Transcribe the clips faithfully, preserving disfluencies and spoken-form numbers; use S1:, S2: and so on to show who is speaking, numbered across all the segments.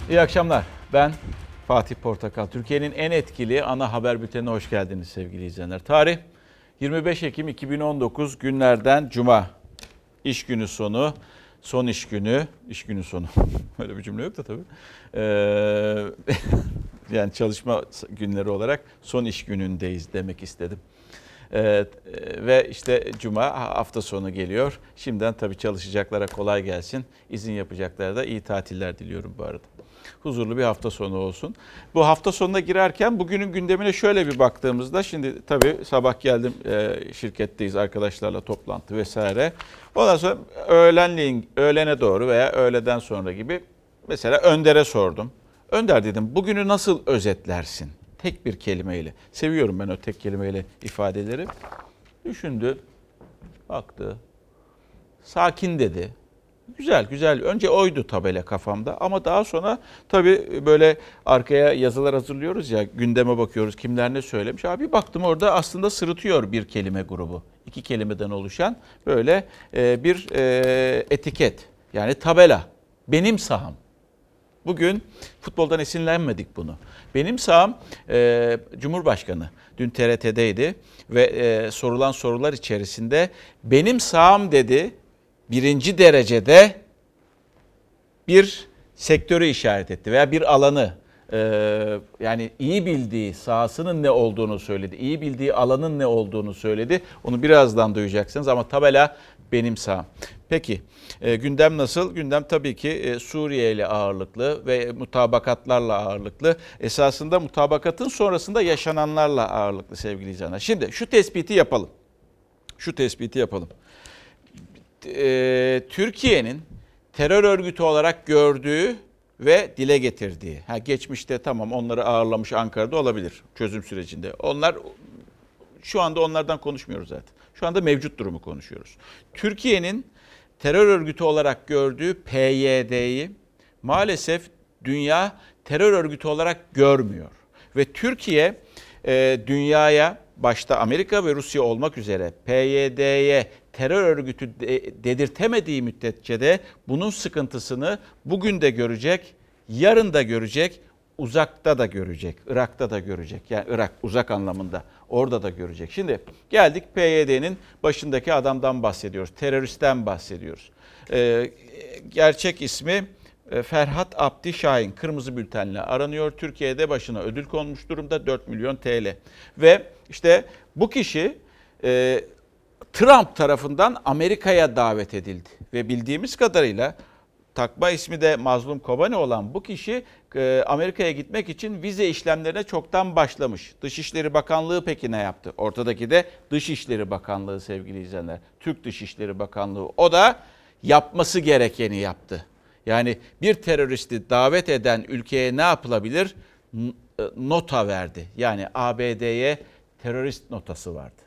S1: İyi akşamlar. Ben Fatih Portakal. Türkiye'nin en etkili ana haber bültenine hoş geldiniz sevgili izleyenler. Tarih yirmi beş Ekim iki bin on dokuz günlerden Cuma. İş günü sonu, son iş günü, iş günü sonu. Öyle bir cümle yok da tabii. Ee, yani çalışma günleri olarak son iş günündeyiz demek istedim. Ee, ve işte Cuma hafta sonu geliyor. Şimdiden tabii çalışacaklara kolay gelsin. İzin yapacaklara da iyi tatiller diliyorum bu arada. Huzurlu bir hafta sonu olsun. Bu hafta sonuna girerken bugünün gündemine şöyle bir baktığımızda, şimdi tabii sabah geldim, şirketteyiz, arkadaşlarla toplantı vesaire. Ondan sonra öğlenleyin, öğlene doğru veya öğleden sonra gibi mesela Önder'e sordum. Önder dedim, bugünü nasıl özetlersin? Tek bir kelimeyle. Seviyorum ben o tek kelimeyle ifadeleri. Düşündü, baktı, sakin dedi. Güzel güzel. Önce oydu tabela kafamda ama daha sonra tabii böyle arkaya yazılar hazırlıyoruz ya, gündeme bakıyoruz kimler ne söylemiş. Abi baktım orada aslında sırıtıyor bir kelime grubu. İki kelimeden oluşan böyle bir etiket, yani tabela. Benim saham. Bugün futboldan esinlenmedik bunu. Benim saham e, Cumhurbaşkanı dün T R T'deydi ve e, sorulan sorular içerisinde benim saham dedi, birinci derecede bir sektörü işaret etti veya bir alanı, e, yani iyi bildiği sahasının ne olduğunu söyledi, iyi bildiği alanın ne olduğunu söyledi. Onu birazdan duyacaksınız ama tabela benim saham. Peki e, gündem nasıl? Gündem tabii ki e, Suriye ile ağırlıklı ve mutabakatlarla ağırlıklı. Esasında mutabakatın sonrasında yaşananlarla ağırlıklı sevgili izleyenler. Şimdi şu tespiti yapalım. Şu tespiti yapalım. E, Türkiye'nin terör örgütü olarak gördüğü ve dile getirdiği. Ha, geçmişte tamam onları ağırlamış, Ankara'da olabilir çözüm sürecinde. Onlar, şu anda onlardan konuşmuyoruz zaten. Şu anda mevcut durumu konuşuyoruz. Türkiye'nin terör örgütü olarak gördüğü P Y D'yi maalesef dünya terör örgütü olarak görmüyor. Ve Türkiye e, dünyaya, başta Amerika ve Rusya olmak üzere P Y D'ye terör örgütü de, dedirtemediği müddetçe de bunun sıkıntısını bugün de görecek, yarın da görecek, uzakta da görecek, Irak'ta da görecek. Yani Irak uzak anlamında, orada da görecek. Şimdi geldik P Y D'nin başındaki adamdan bahsediyoruz, teröristten bahsediyoruz. Ee, gerçek ismi Ferhat Abdi Şahin, kırmızı bültenle aranıyor. Türkiye'de başına ödül konmuş durumda, dört milyon T L. Ve işte bu kişi e, Trump tarafından Amerika'ya davet edildi. Ve bildiğimiz kadarıyla takma ismi de Mazlum Kobani olan bu kişi Amerika'ya gitmek için vize işlemlerine çoktan başlamış. Dışişleri Bakanlığı peki ne yaptı? Ortadaki de Dışişleri Bakanlığı sevgili izleyenler. Türk Dışişleri Bakanlığı. O da yapması gerekeni yaptı. Yani bir teröristi davet eden ülkeye ne yapılabilir? Nota verdi. Yani A B D'ye terörist notası vardı.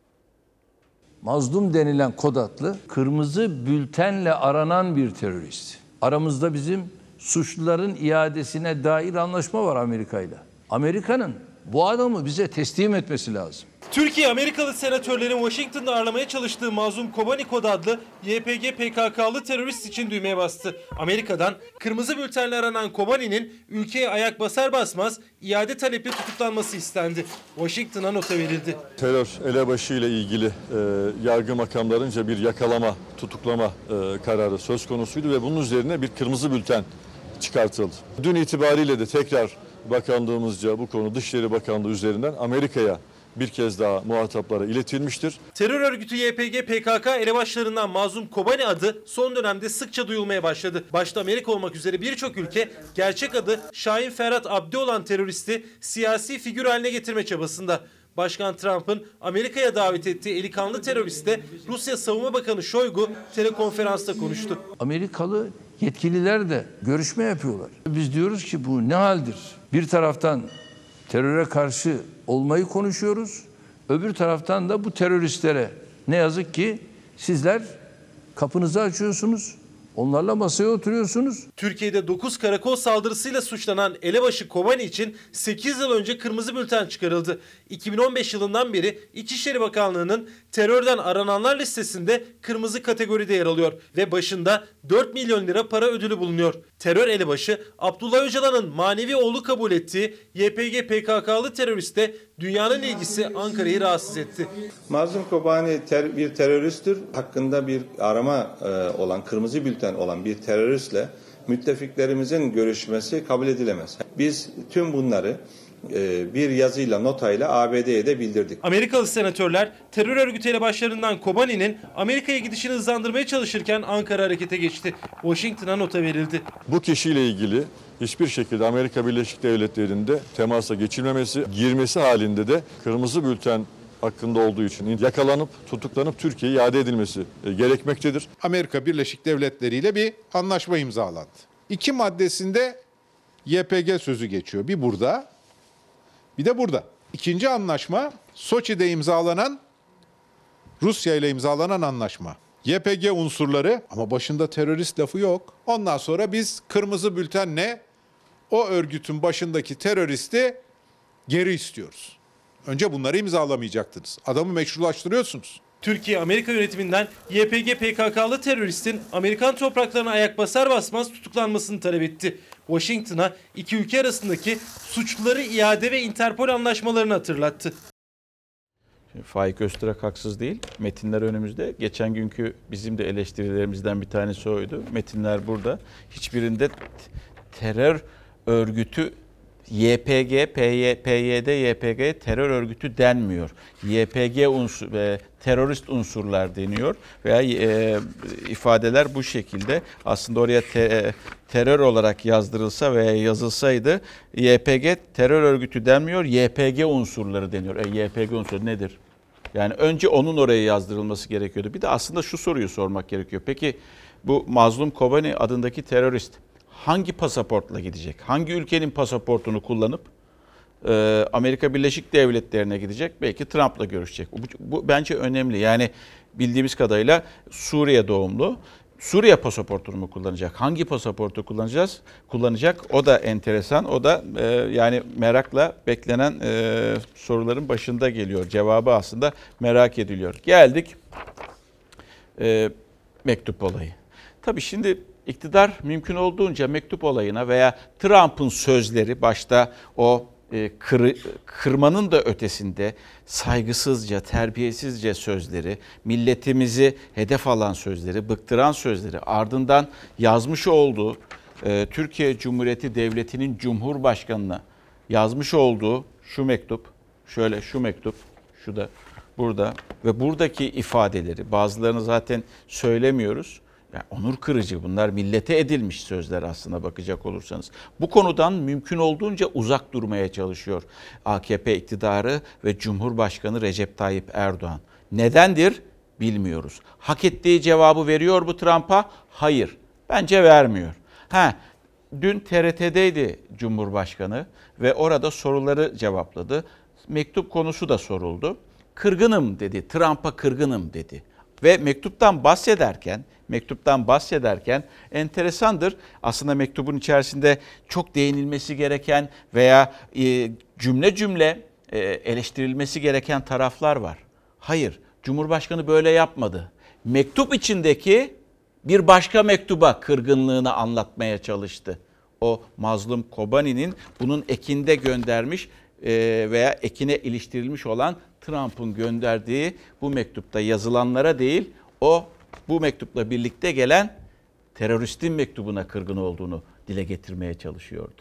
S2: Mazlum denilen kod adlı kırmızı bültenle aranan bir terörist. Aramızda bizim suçluların iadesine dair anlaşma var Amerika ile. Amerika'nın bu adamı bize teslim etmesi lazım.
S3: Türkiye, Amerikalı senatörlerin Washington'da ağırlamaya çalıştığı Mazlum Kobani kod adlı Y P G P K K'lı terörist için düğmeye bastı. Amerika'dan kırmızı bültenle aranan Kobani'nin ülkeye ayak basar basmaz iade taleple tutuklanması istendi. Washington'a nota verildi.
S4: Terör elebaşı ile ilgili e, yargı makamlarınca bir yakalama, tutuklama e, kararı söz konusuydu ve bunun üzerine bir kırmızı bülten çıkartıldı. Dün itibariyle de tekrar bakanlığımızca bu konu Dışişleri Bakanlığı üzerinden Amerika'ya bir kez daha muhataplara iletilmiştir.
S3: Terör örgütü Y P G P K K elebaşlarından Mazlum Kobani adı son dönemde sıkça duyulmaya başladı. Başta Amerika olmak üzere birçok ülke gerçek adı Şahin Ferhat Abdi olan teröristi siyasi figür haline getirme çabasında. Başkan Trump'ın Amerika'ya davet ettiği eli kanlı teröriste Rusya Savunma Bakanı Şoygu telekonferansta konuştu.
S2: Amerikalı yetkililer de görüşme yapıyorlar. Biz diyoruz ki bu ne haldir? Bir taraftan teröre karşı olmayı konuşuyoruz. Öbür taraftan da bu teröristlere ne yazık ki sizler kapınızı açıyorsunuz. Onlarla masaya oturuyorsunuz.
S3: Türkiye'de dokuz karakol saldırısıyla suçlanan elebaşı Kobani için sekiz yıl önce kırmızı bülten çıkarıldı. iki bin on beş yılından beri İçişleri Bakanlığı'nın terörden arananlar listesinde kırmızı kategoride yer alıyor ve başında dört milyon lira para ödülü bulunuyor. Terör elebaşı Abdullah Öcalan'ın manevi oğlu kabul ettiği Y P G P K K'lı teröriste dünyanın ilgisi Ankara'yı rahatsız etti.
S5: Mazlum Kobani ter, bir teröristtir. Hakkında bir arama e, olan, kırmızı bülten olan bir teröristle müttefiklerimizin görüşmesi kabul edilemez. Biz tüm bunları e, bir yazıyla, notayla A B D'ye de bildirdik.
S3: Amerikalı senatörler terör örgütü elebaşlarından Kobani'nin Amerika'ya gidişini hızlandırmaya çalışırken Ankara harekete geçti. Washington'a nota verildi.
S4: Bu kişiyle ilgili hiçbir şekilde Amerika Birleşik Devletleri'nde temasa geçilmemesi, girmesi halinde de kırmızı bülten hakkında olduğu için yakalanıp tutuklanıp Türkiye'ye iade edilmesi gerekmektedir.
S6: Amerika Birleşik Devletleri ile bir anlaşma imzalandı. İki maddesinde Y P G sözü geçiyor. Bir burada, bir de burada. İkinci anlaşma Soçi'de imzalanan, Rusya ile imzalanan anlaşma. Y P G unsurları ama başında terörist lafı yok. Ondan sonra biz kırmızı bültenle o örgütün başındaki teröristi geri istiyoruz. Önce bunları imzalamayacaktınız. Adamı meşrulaştırıyorsunuz.
S3: Türkiye, Amerika yönetiminden Y P G P K K'lı teröristin Amerikan topraklarına ayak basar basmaz tutuklanmasını talep etti. Washington'a iki ülke arasındaki suçluları iade ve Interpol anlaşmalarını hatırlattı.
S1: Faik Öztürk haksız değil. Metinler önümüzde. Geçen günkü bizim de eleştirilerimizden bir tanesi oydu. Metinler burada. Hiçbirinde terör örgütü Y P G, P Y D, Y P G terör örgütü denmiyor. Y P G unsur ve terörist unsurlar deniyor veya e, ifadeler bu şekilde. Aslında oraya te, terör olarak yazdırılsa veya yazılsaydı Y P G terör örgütü denmiyor, Y P G unsurları deniyor. E, Y P G unsuru nedir? Yani önce onun oraya yazdırılması gerekiyordu. Bir de aslında şu soruyu sormak gerekiyor. Peki bu Mazlum Kobani adındaki terörist hangi pasaportla gidecek? Hangi ülkenin pasaportunu kullanıp e, Amerika Birleşik Devletleri'ne gidecek? Belki Trump'la görüşecek. Bu, bu bence önemli. Yani bildiğimiz kadarıyla Suriye doğumlu. Suriye pasaportunu mu kullanacak? Hangi pasaportu kullanacağız? Kullanacak. O da enteresan. O da e, yani merakla beklenen e, soruların başında geliyor. Cevabı aslında merak ediliyor. Geldik e, mektup olayı. Tabii şimdi İktidar mümkün olduğunca mektup olayına veya Trump'ın sözleri başta o e, kır, kırmanın da ötesinde saygısızca, terbiyesizce sözleri, milletimizi hedef alan sözleri, bıktıran sözleri ardından yazmış olduğu e, Türkiye Cumhuriyeti Devleti'nin Cumhurbaşkanı'na yazmış olduğu şu mektup, şöyle şu mektup, şu da burada ve buradaki ifadeleri bazılarını zaten söylemiyoruz. Yani onur kırıcı, bunlar millete edilmiş sözler aslına bakacak olursanız. Bu konudan mümkün olduğunca uzak durmaya çalışıyor A K P iktidarı ve Cumhurbaşkanı Recep Tayyip Erdoğan. Nedendir? Bilmiyoruz. Hak ettiği cevabı veriyor bu Trump'a? Hayır. Bence vermiyor. Ha, dün T R T'deydi Cumhurbaşkanı ve orada soruları cevapladı. Mektup konusu da soruldu. Kırgınım dedi, Trump'a kırgınım dedi. Ve mektuptan bahsederken, mektuptan bahsederken enteresandır. Aslında mektubun içerisinde çok değinilmesi gereken veya e, cümle cümle e, eleştirilmesi gereken taraflar var. Hayır, Cumhurbaşkanı böyle yapmadı. Mektup içindeki bir başka mektuba kırgınlığını anlatmaya çalıştı. O Mazlum Kobani'nin bunun ekinde göndermiş e, veya ekine iliştirilmiş olan Trump'ın gönderdiği bu mektupta yazılanlara değil, o bu mektupla birlikte gelen teröristin mektubuna kırgın olduğunu dile getirmeye çalışıyordu.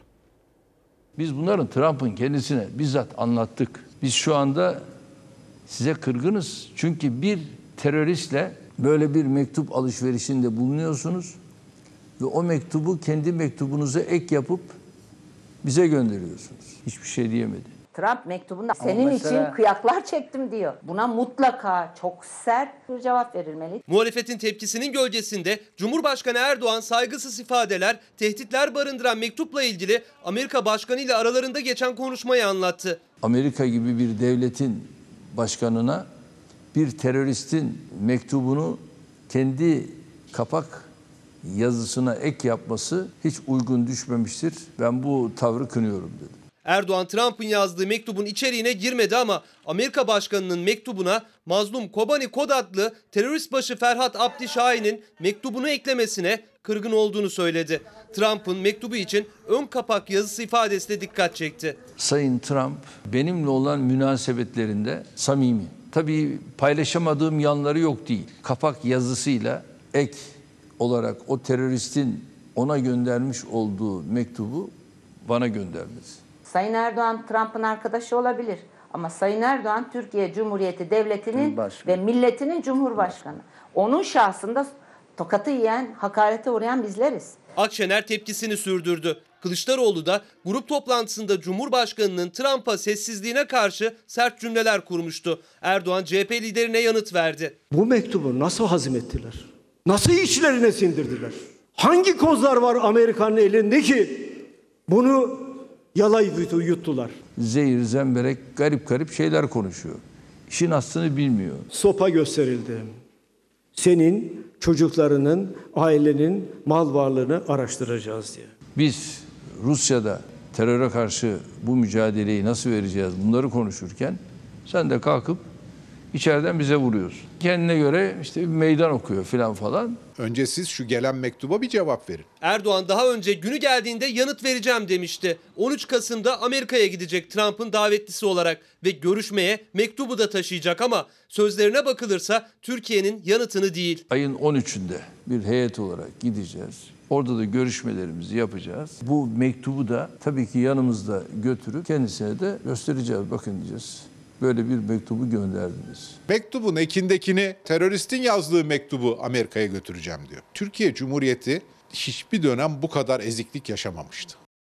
S2: Biz bunların Trump'ın kendisine bizzat anlattık. Biz şu anda size kırgınız. Çünkü bir teröristle böyle bir mektup alışverişinde bulunuyorsunuz ve o mektubu kendi mektubunuza ek yapıp bize gönderiyorsunuz. Hiçbir şey diyemedi.
S7: Trump mektubunda senin mesela için kıyaklar çektim diyor. Buna mutlaka çok sert bir cevap verilmeli.
S8: Muhalefetin tepkisinin gölgesinde Cumhurbaşkanı Erdoğan saygısız ifadeler, tehditler barındıran mektupla ilgili Amerika Başkanı ile aralarında geçen konuşmayı anlattı.
S2: Amerika gibi bir devletin başkanına bir teröristin mektubunu kendi kapak yazısına ek yapması hiç uygun düşmemiştir. Ben bu tavrı kınıyorum dedi.
S8: Erdoğan, Trump'ın yazdığı mektubun içeriğine girmedi ama Amerika Başkanı'nın mektubuna Mazlum Kobani Kod adlı terörist başı Ferhat Abdi Şahin'in mektubunu eklemesine kırgın olduğunu söyledi. Trump'ın mektubu için ön kapak yazısı ifadesi de dikkat çekti.
S2: Sayın Trump benimle olan münasebetlerinde samimi. Tabii paylaşamadığım yanları yok değil. Kapak yazısıyla ek olarak o teröristin ona göndermiş olduğu mektubu bana göndermesi.
S7: Sayın Erdoğan Trump'ın arkadaşı olabilir. Ama Sayın Erdoğan Türkiye Cumhuriyeti Devleti'nin ve milletinin cumhurbaşkanı. Onun şahsında tokatı yiyen, hakarete uğrayan bizleriz.
S8: Akşener tepkisini sürdürdü. Kılıçdaroğlu da grup toplantısında Cumhurbaşkanı'nın Trump'a sessizliğine karşı sert cümleler kurmuştu. Erdoğan C H P liderine yanıt verdi.
S9: Bu mektubu nasıl hazmettiler? Nasıl içlerine sindirdiler? Hangi kozlar var Amerika'nın elinde ki bunu yalayıp yuttular?
S2: Zehir zemberek garip garip şeyler konuşuyor. İşin aslını bilmiyor.
S9: Sopa gösterildi. Senin çocuklarının, ailenin mal varlığını araştıracağız diye.
S2: Biz Rusya'da teröre karşı bu mücadeleyi nasıl vereceğiz bunları konuşurken sen de kalkıp içeriden bize vuruyorsun. Kendine göre işte bir meydan okuyor falan falan.
S6: Önce siz şu gelen mektuba bir cevap verin.
S8: Erdoğan daha önce günü geldiğinde yanıt vereceğim demişti. on üç Kasım'da Amerika'ya gidecek Trump'ın davetlisi olarak ve görüşmeye mektubu da taşıyacak ama sözlerine bakılırsa Türkiye'nin yanıtını değil.
S2: Ayın on üçünde bir heyet olarak gideceğiz. Orada da görüşmelerimizi yapacağız. Bu mektubu da tabii ki yanımızda götürüp kendisine de göstereceğiz. Bakın diyeceğiz. Böyle bir mektubu gönderdiniz.
S6: Mektubun ekindekini teröristin yazdığı mektubu Amerika'ya götüreceğim diyor. Türkiye Cumhuriyeti hiçbir dönem bu kadar eziklik yaşamamıştı.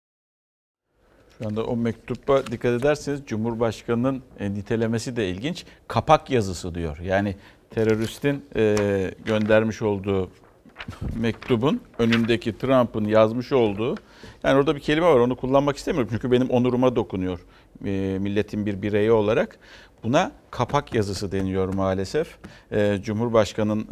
S1: Şu anda o mektuba dikkat ederseniz Cumhurbaşkanı'nın nitelemesi de ilginç. Kapak yazısı diyor. Yani teröristin göndermiş olduğu mektubun önündeki Trump'ın yazmış olduğu, yani orada bir kelime var, onu kullanmak istemiyorum çünkü benim onuruma dokunuyor e, milletin bir bireyi olarak. Buna kapak yazısı deniyor maalesef. E, Cumhurbaşkanı'nın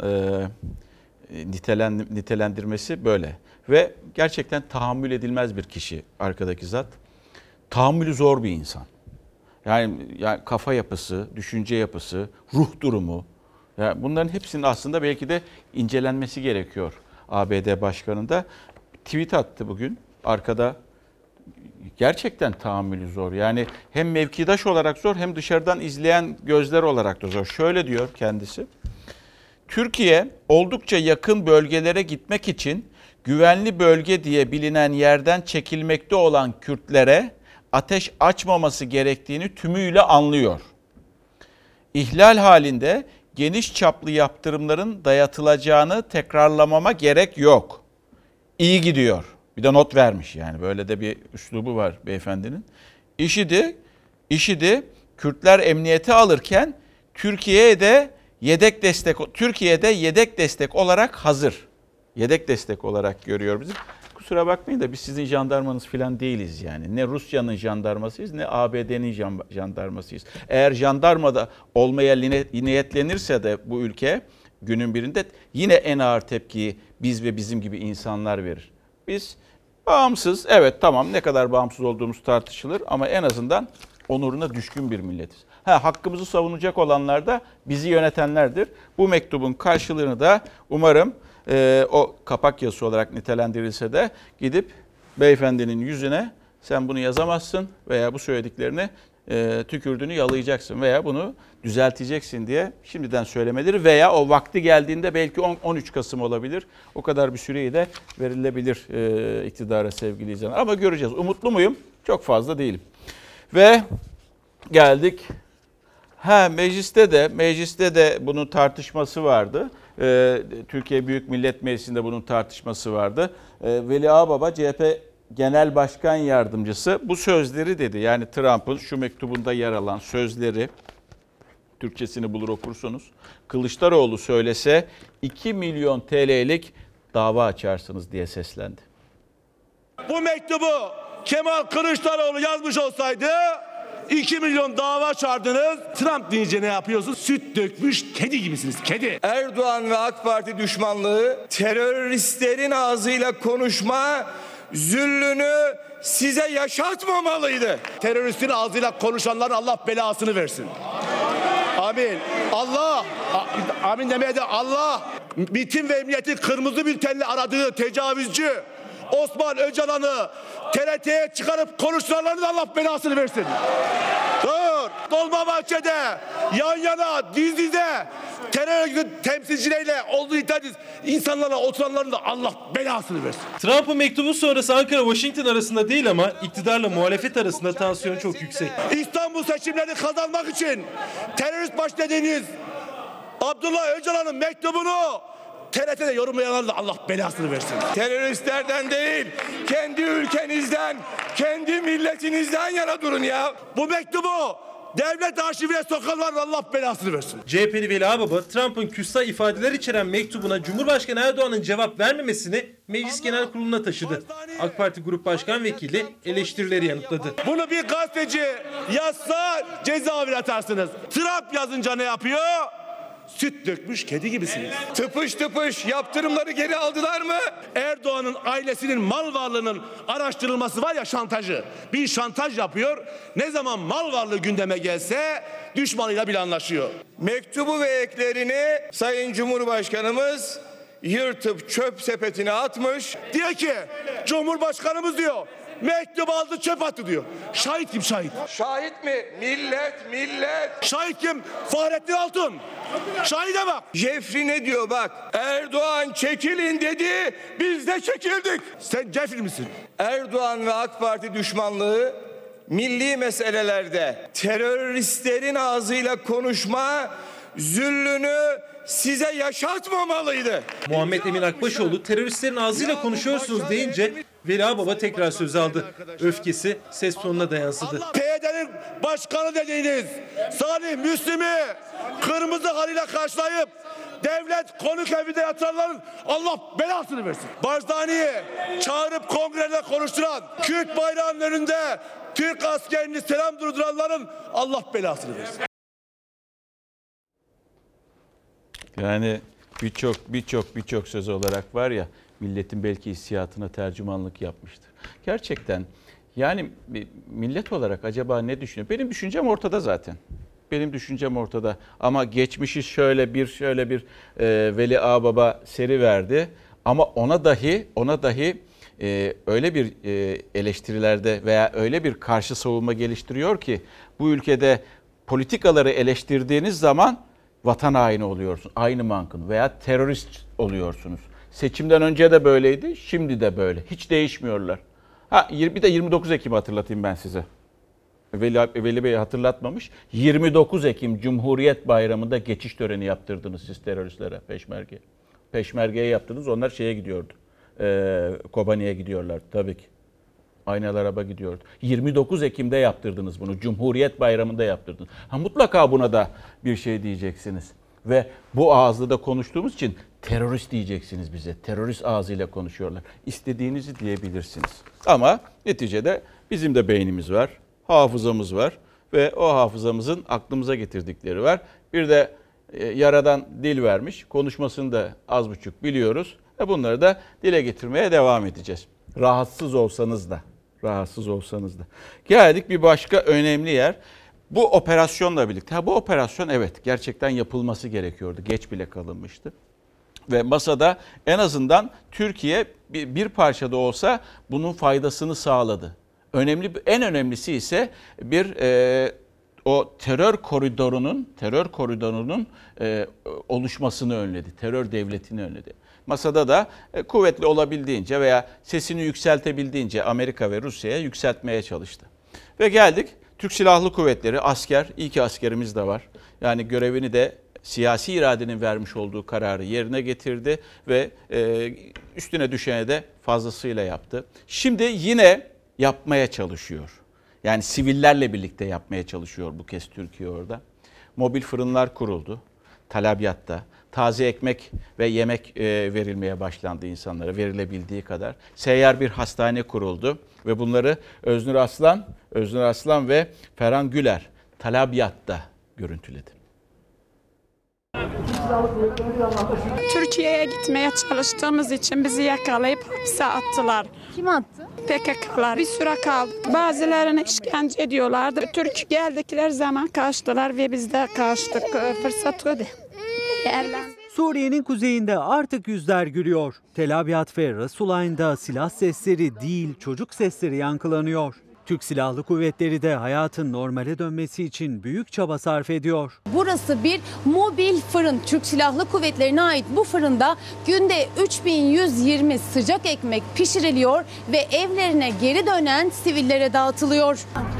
S1: e, nitelen, nitelendirmesi böyle. Ve gerçekten tahammül edilmez bir kişi arkadaki zat. Tahammülü zor bir insan. Yani, yani kafa yapısı, düşünce yapısı, ruh durumu. Yani bunların hepsinin aslında belki de incelenmesi gerekiyor A B D Başkanı'nda. Tweet attı bugün. Arkada gerçekten tahammülü zor. Yani hem mevkidaş olarak zor hem dışarıdan izleyen gözler olarak da zor. Şöyle diyor kendisi. Türkiye oldukça yakın bölgelere gitmek için güvenli bölge diye bilinen yerden çekilmekte olan Kürtlere ateş açmaması gerektiğini tümüyle anlıyor. İhlal halinde geniş çaplı yaptırımların dayatılacağını tekrarlamama gerek yok. İyi gidiyor. Bir de not vermiş yani, böyle de bir üslubu var beyefendinin. İŞİD'i, İŞİD'i Kürtler emniyete alırken Türkiye'de yedek destek Türkiye'de yedek destek olarak hazır. Yedek destek olarak görüyor bizi. Kusura bakmayın da biz sizin jandarmanız falan değiliz yani. Ne Rusya'nın jandarmasıyız ne A B D'nin jandarmasıyız. Eğer jandarmada olmaya niyetlenirse de bu ülke günün birinde yine en ağır tepkiyi biz ve bizim gibi insanlar verir. Biz bağımsız, evet tamam, ne kadar bağımsız olduğumuz tartışılır ama en azından onuruna düşkün bir milletiz. Ha, hakkımızı savunacak olanlar da bizi yönetenlerdir. Bu mektubun karşılığını da umarım e, o kapak yazısı olarak nitelendirilse de gidip beyefendinin yüzüne sen bunu yazamazsın veya bu söylediklerini e, tükürdüğünü yalayacaksın veya bunu düzelteceksin diye şimdiden söylemeleri veya o vakti geldiğinde belki on üç Kasım olabilir. O kadar bir süreyi de verilebilir e, iktidara sevgili izleyenler. Ama göreceğiz. Umutlu muyum? Çok fazla değilim. Ve geldik. Ha, mecliste de mecliste de bunun tartışması vardı. Ee, Türkiye Büyük Millet Meclisi'nde bunun tartışması vardı. Ee, Veli Ağbaba C H P Genel Başkan Yardımcısı bu sözleri dedi. Yani Trump'ın şu mektubunda yer alan sözleri, Türkçesini bulur okursunuz. Kılıçdaroğlu söylese iki milyon T L'lik dava açarsınız diye seslendi.
S10: Bu mektubu Kemal Kılıçdaroğlu yazmış olsaydı iki milyon dava açardınız. Trump deyince ne yapıyorsunuz? Süt dökmüş kedi gibisiniz, kedi.
S11: Erdoğan ve AK Parti düşmanlığı, teröristlerin ağzıyla konuşma züllünü size yaşatmamalıydı.
S10: Teröristin ağzıyla konuşanların Allah belasını versin. Amin. Allah, amin demeye de Allah, MİT'in ve emniyetin kırmızı bültenle aradığı tecavüzcü Osman Öcalan'ı T R T'ye çıkarıp konuşturanların da Allah belasını versin. Dur. Dolmabahçe'de yan yana diz dize terör örgütü temsilcileriyle olduğu iddia edilen insanlarla oturanların da Allah belasını versin.
S3: Trump'ın mektubu sonrası Ankara-Washington arasında değil ama iktidarla muhalefet arasında tansiyon çok yüksek.
S10: İstanbul seçimlerini kazanmak için terörist baş dediğiniz Abdullah Öcalan'ın mektubunu T R T'de yorumlayanlar da Allah belasını versin.
S11: Teröristlerden değil, kendi ülkenizden, kendi milletinizden yana durun ya.
S10: Bu mektubu devlet arşivine sokanlar da Allah belasını versin.
S3: C H P'li Veli Ağbaba, Trump'ın küstah ifadeler içeren mektubuna Cumhurbaşkanı Erdoğan'ın cevap vermemesini Meclis Genel Kurulu'na taşıdı. AK Parti Grup Başkan Vekili eleştirileri yanıtladı.
S10: Bunu bir gazeteci yazsa cezaevine atarsınız. Trump yazınca ne yapıyor? Süt dökmüş kedi gibisiniz.
S11: Tıpış tıpış yaptırımları geri aldılar mı?
S10: Erdoğan'ın ailesinin mal varlığının araştırılması var ya, şantajı. Bir şantaj yapıyor. Ne zaman mal varlığı gündeme gelse düşmanıyla bile anlaşıyor.
S11: Mektubu ve eklerini Sayın Cumhurbaşkanımız yırtıp çöp sepetine atmış.
S10: Diyor ki Cumhurbaşkanımız diyor mektup aldı çöp attı diyor. Şahit kim şahit?
S11: Şahit mi? Millet, millet.
S10: Şahit kim? Fahrettin Altun. Şahide bak.
S11: Jeffrey ne diyor bak. Erdoğan çekilin dedi, biz de çekildik.
S10: Sen Jeffrey misin?
S11: Erdoğan ve AK Parti düşmanlığı milli meselelerde teröristlerin ağzıyla konuşma züllünü size yaşatmamalıydı.
S3: Muhammed Emin Akbaşoğlu teröristlerin ağzıyla konuşuyorsunuz deyince Veli Ağbaba tekrar söz aldı. Öfkesi ses tonuna da yansıdı.
S10: P Y D'nin başkanı dediğiniz Salih Müslim'i kırmızı halıyla karşılayıp devlet konuk evinde yatıranların Allah belasını versin. Barzani'yi çağırıp kongrede konuşturan, Kürt bayrağının önünde Türk askerini selam durduranların Allah belasını versin.
S1: Yani birçok birçok birçok söz olarak var ya, milletin belki hissiyatına tercümanlık yapmıştır. Gerçekten yani millet olarak acaba ne düşünüyor? Benim düşüncem ortada zaten. Benim düşüncem ortada. Ama geçmişi şöyle bir şöyle bir e, Veli Ağbaba seri verdi. Ama ona dahi ona dahi e, öyle bir e, eleştirilerde veya öyle bir karşı savunma geliştiriyor ki bu ülkede politikaları eleştirdiğiniz zaman vatan haini oluyorsunuz. Aynı mankın veya terörist oluyorsunuz. Seçimden önce de böyleydi, şimdi de böyle. Hiç değişmiyorlar. Ha, bir de yirmi dokuz Ekim hatırlatayım ben size. Veli, Veli Bey hatırlatmamış. yirmi dokuz Ekim Cumhuriyet Bayramı'nda geçiş töreni yaptırdınız siz teröristlere, peşmerge. Peşmergeye yaptınız, onlar şeye gidiyordu. Ee, Kobani'ye gidiyorlar tabii ki. Aynı araba gidiyordu. yirmi dokuz Ekim'de yaptırdınız bunu. Cumhuriyet Bayramı'nda yaptırdınız. Ha, mutlaka buna da bir şey diyeceksiniz. Ve bu ağızla da konuştuğumuz için terörist diyeceksiniz bize. Terörist ağzıyla konuşuyorlar. İstediğinizi diyebilirsiniz. Ama neticede bizim de beynimiz var, hafızamız var ve o hafızamızın aklımıza getirdikleri var. Bir de e, yaradan dil vermiş, konuşmasını da az buçuk biliyoruz ve bunları da dile getirmeye devam edeceğiz. Rahatsız olsanız da, rahatsız olsanız da. Geldik bir başka önemli yer. Bu operasyonla birlikte, ha bu operasyon evet gerçekten yapılması gerekiyordu. Geç bile kalınmıştı. Ve masada en azından Türkiye bir, bir parçada olsa bunun faydasını sağladı. Önemli, en önemlisi ise bir e, o terör koridorunun terör koridorunun e, oluşmasını önledi. Terör devletini önledi. Masada da e, kuvvetli olabildiğince veya sesini yükseltebildiğince Amerika ve Rusya'ya yükseltmeye çalıştı. Ve geldik Türk Silahlı Kuvvetleri, asker, iyi ki askerimiz de var. Yani görevini de siyasi iradenin vermiş olduğu kararı yerine getirdi ve e, üstüne düşene de fazlasıyla yaptı. Şimdi yine yapmaya çalışıyor. Yani sivillerle birlikte yapmaya çalışıyor bu kez Türkiye orada. Mobil fırınlar kuruldu Talabiyat'ta. Taze ekmek ve yemek e, verilmeye başlandı insanlara verilebildiği kadar. Seyyar bir hastane kuruldu ve bunları Öznur Aslan, Öznur Aslan ve Ferhan Güler Talabiyat'ta görüntüledi.
S12: Türkiye'ye gitmeye çalıştığımız için bizi yakalayıp hapse attılar.
S13: Kim attı?
S12: P K K'lar bir süre kaldık. Bazılarını işkence ediyorlardı. Türk geldikleri zaman kaçtılar ve biz de kaçtık. Fırsat öde.
S14: Suriye'nin kuzeyinde artık yüzler gülüyor. Tel Abyad ve Rasulayn'da silah sesleri değil çocuk sesleri yankılanıyor. Türk Silahlı Kuvvetleri de hayatın normale dönmesi için büyük çaba sarf ediyor.
S13: Burası bir mobil fırın. Türk Silahlı Kuvvetleri'ne ait bu fırında günde üç bin yüz yirmi sıcak ekmek pişiriliyor ve evlerine geri dönen sivillere dağıtılıyor.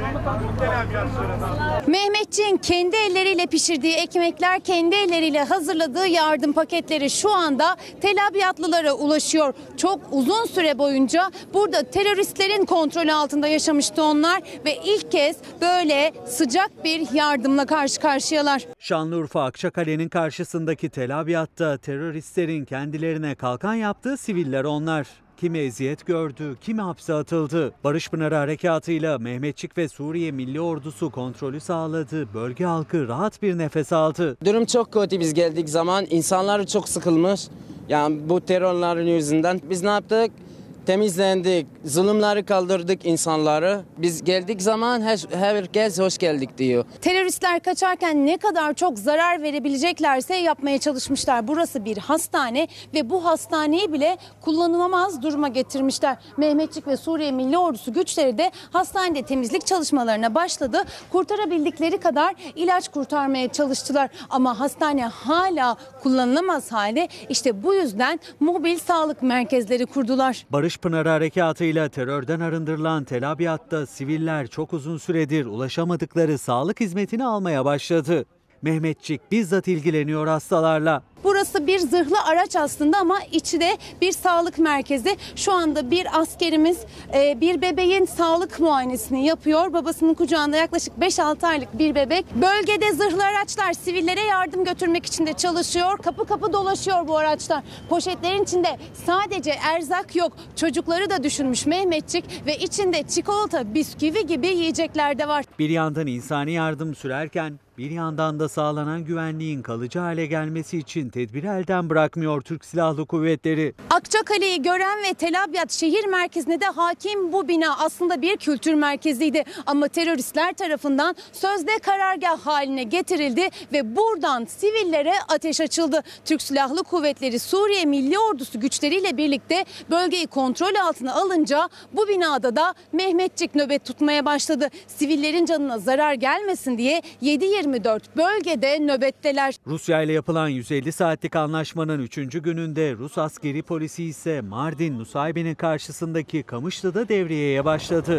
S13: Mehmetçiğin kendi elleriyle pişirdiği ekmekler, kendi elleriyle hazırladığı yardım paketleri şu anda Tel Abyadlılara ulaşıyor. Çok uzun süre boyunca burada teröristlerin kontrolü altında yaşamıştı onlar ve ilk kez böyle sıcak bir yardımla karşı karşıyalar.
S14: Şanlıurfa Akçakale'nin karşısındaki Tel Abyad'da teröristlerin kendilerine kalkan yaptığı siviller onlar. Kimi eziyet gördü, kimi hapse atıldı. Barış Pınarı Harekatı'yla Mehmetçik ve Suriye Milli Ordusu kontrolü sağladı. Bölge halkı rahat bir nefes aldı.
S15: Durum çok kötü biz geldik zaman. İnsanlar çok sıkılmış. Yani bu terörlerin yüzünden biz ne yaptık? Temizlendik, zulümleri kaldırdık insanları. Biz geldik zaman her, herkes hoş geldik diyor.
S13: Teröristler kaçarken ne kadar çok zarar verebileceklerse yapmaya çalışmışlar. Burası bir hastane ve bu hastaneyi bile kullanılamaz duruma getirmişler. Mehmetçik ve Suriye Milli Ordusu güçleri de hastanede temizlik çalışmalarına başladı. Kurtarabildikleri kadar ilaç kurtarmaya çalıştılar. Ama hastane hala kullanılamaz halde. İşte bu yüzden mobil sağlık merkezleri kurdular.
S14: Barış Pınarı Harekatı'yla terörden arındırılan Tel Abyad'da siviller çok uzun süredir ulaşamadıkları sağlık hizmetini almaya başladı. Mehmetçik bizzat ilgileniyor hastalarla.
S13: Burası bir zırhlı araç aslında ama içi de bir sağlık merkezi. Şu anda bir askerimiz bir bebeğin sağlık muayenesini yapıyor. Babasının kucağında yaklaşık beş altı aylık bir bebek. Bölgede zırhlı araçlar sivillere yardım götürmek için de çalışıyor. Kapı kapı dolaşıyor bu araçlar. Poşetlerin içinde sadece erzak yok. Çocukları da düşünmüş Mehmetçik ve içinde çikolata, bisküvi gibi yiyecekler de var.
S14: Bir yandan insani yardım sürerken bir yandan da sağlanan güvenliğin kalıcı hale gelmesi için tedbiri elden bırakmıyor Türk Silahlı Kuvvetleri.
S13: Akçakale'yi gören ve Tel Abyad şehir merkezine de hakim bu bina aslında bir kültür merkeziydi. Ama teröristler tarafından sözde karargah haline getirildi ve buradan sivillere ateş açıldı. Türk Silahlı Kuvvetleri Suriye Milli Ordusu güçleriyle birlikte bölgeyi kontrol altına alınca bu binada da Mehmetçik nöbet tutmaya başladı. Sivillerin canına zarar gelmesin diye yedi yirmi dört bölgede nöbetteler.
S14: Rusya ile yapılan yüz elli saatlik anlaşmanın üçüncü gününde Rus askeri polisi ise Mardin Nusaybin'in karşısındaki Kamışlı'da devriyeye başladı.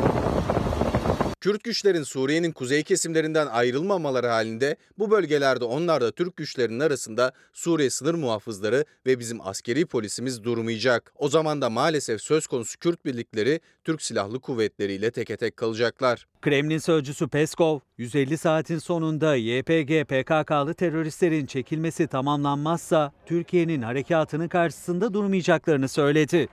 S16: Kürt güçlerin Suriye'nin kuzey kesimlerinden ayrılmamaları halinde bu bölgelerde onlar da Türk güçlerinin arasında Suriye sınır muhafızları ve bizim askeri polisimiz durmayacak. O zaman da maalesef söz konusu Kürt birlikleri Türk Silahlı Kuvvetleri ile teke tek kalacaklar.
S14: Kremlin sözcüsü Peskov, yüz elli saatin sonunda Y P G P K K'lı teröristlerin çekilmesi tamamlanmazsa Türkiye'nin harekatının karşısında durmayacaklarını söyledi.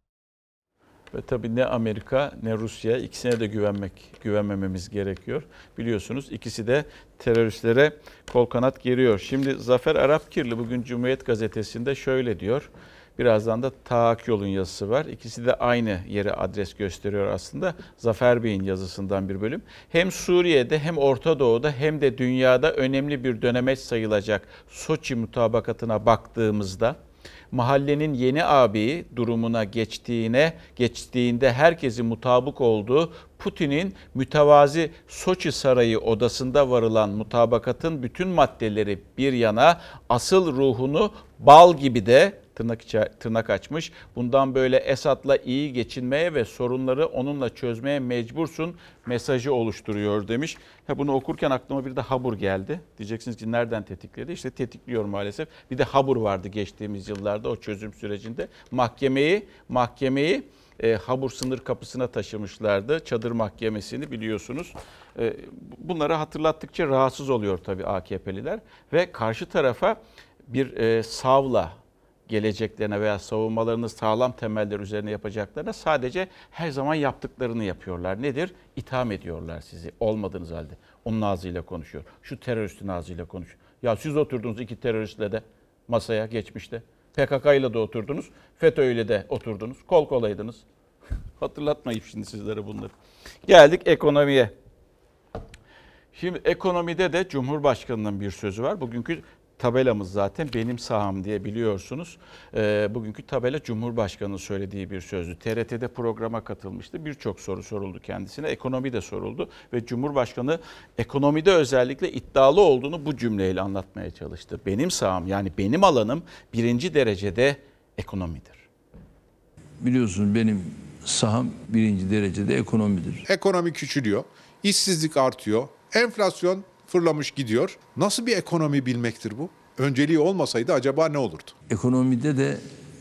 S1: Ve tabii ne Amerika ne Rusya, ikisine de güvenmek, güvenmememiz gerekiyor. Biliyorsunuz ikisi de teröristlere kol kanat geriyor. Şimdi Zafer Arapkirli bugün Cumhuriyet Gazetesi'nde şöyle diyor. Birazdan da Taak Yol'un yazısı var. İkisi de aynı yere adres gösteriyor aslında. Zafer Bey'in yazısından bir bölüm. Hem Suriye'de hem Orta Doğu'da hem de dünyada önemli bir dönemeç sayılacak Soçi mutabakatına baktığımızda mahallenin yeni ağabeyi durumuna geçtiğine geçtiğinde herkesin mutabık olduğu Putin'in mütevazi Soçi Sarayı odasında varılan mutabakatın bütün maddeleri bir yana asıl ruhunu bal gibi de tırnak, içi, tırnak açmış. Bundan böyle Esad'la iyi geçinmeye ve sorunları onunla çözmeye mecbursun mesajı oluşturuyor demiş. Ha, bunu okurken aklıma bir de Habur geldi. Diyeceksiniz ki nereden tetikledi? İşte tetikliyor maalesef. Bir de Habur vardı geçtiğimiz yıllarda o çözüm sürecinde. Mahkemeyi, mahkemeyi e, Habur sınır kapısına taşımışlardı. Çadır mahkemesini biliyorsunuz. E, bunları hatırlattıkça rahatsız oluyor tabii A K P'liler. Ve karşı tarafa bir e, savla geleceklerine veya savunmalarını sağlam temeller üzerine yapacaklarına sadece her zaman yaptıklarını yapıyorlar. Nedir? İtham ediyorlar sizi olmadığınız halde. Onun ağzıyla konuşuyor. Şu teröristin ağzıyla konuşuyor. Ya siz oturdunuz iki teröristle de masaya geçmişte. P K K ile de oturdunuz. FETÖ ile de oturdunuz. Kol kolaydınız. Hatırlatmayayım şimdi sizlere bunları. Geldik ekonomiye. Şimdi ekonomide de Cumhurbaşkanı'nın bir sözü var. Bugünkü tabelamız zaten benim saham diye biliyorsunuz. E, bugünkü tabela Cumhurbaşkanı'nın söylediği bir sözdü. T R T'de programa katılmıştı. Birçok soru soruldu kendisine. Ekonomi de soruldu ve Cumhurbaşkanı ekonomide özellikle iddialı olduğunu bu cümleyle anlatmaya çalıştı. Benim saham yani benim alanım birinci derecede ekonomidir.
S2: Biliyorsunuz benim saham birinci derecede ekonomidir.
S6: Ekonomi küçülüyor, işsizlik artıyor, enflasyon fırlamış gidiyor. Nasıl bir ekonomi bilmektir bu? Önceliği olmasaydı acaba ne olurdu?
S2: Ekonomide de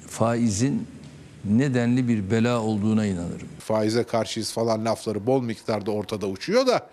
S2: faizin nedenli bir bela olduğuna inanırım.
S6: Faize karşıyız falan lafları bol miktarda ortada uçuyor da